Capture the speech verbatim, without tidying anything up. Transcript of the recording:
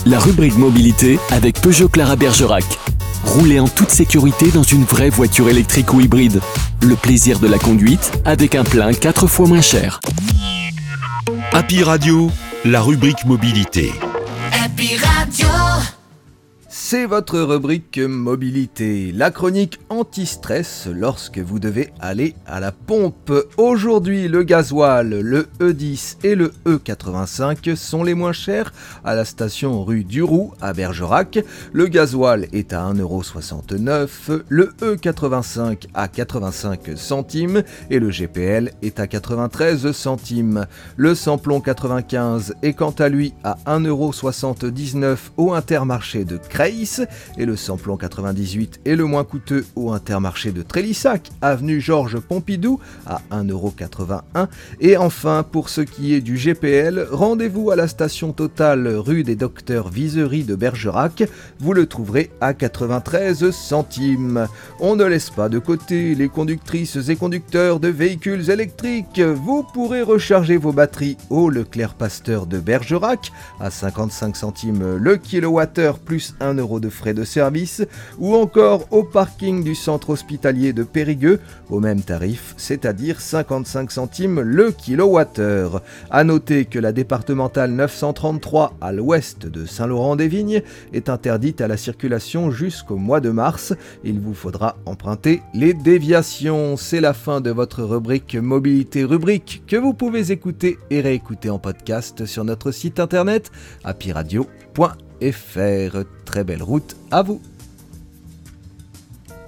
la rubrique mobilité avec Peugeot Clara Bergerac. Roulez en toute sécurité dans une vraie voiture électrique ou hybride. Le plaisir de la conduite avec un plein quatre fois moins cher. Happy Radio, la rubrique mobilité. Happy Radio. C'est votre rubrique mobilité, la chronique anti-stress lorsque vous devez aller à la pompe. Aujourd'hui, le gasoil, le E dix et le E quatre-vingt-cinq sont les moins chers à la station rue Duroux à Bergerac. Le gasoil est à un euro soixante-neuf, le E quatre-vingt-cinq à quatre-vingt-cinq centimes et le G P L est à quatre-vingt-treize centimes. Le samplon quatre-vingt-quinze est quant à lui à un euro soixante-dix-neuf au Intermarché de Creil. Et le samplon quatre-vingt-dix-huit est le moins coûteux au Intermarché de Trélissac, avenue Georges Pompidou à un euro quatre-vingt-un. Et enfin, pour ce qui est du G P L, rendez-vous à la station Total rue des Docteurs Visery de Bergerac. Vous le trouverez à quatre-vingt-treize centimes. On ne laisse pas de côté les conductrices et conducteurs de véhicules électriques. Vous pourrez recharger vos batteries au Leclerc Pasteur de Bergerac à cinquante-cinq centimes le kilowattheure plus un euro de frais de service, ou encore au parking du centre hospitalier de Périgueux au même tarif, c'est-à-dire cinquante-cinq centimes le kilowattheure. A noter que la départementale neuf cent trente-trois à l'ouest de Saint-Laurent-des-Vignes est interdite à la circulation jusqu'au mois de mars. Il vous faudra emprunter les déviations. C'est la fin de votre rubrique mobilité, rubrique que vous pouvez écouter et réécouter en podcast sur notre site internet happy radio point f r. Très belle route à vous.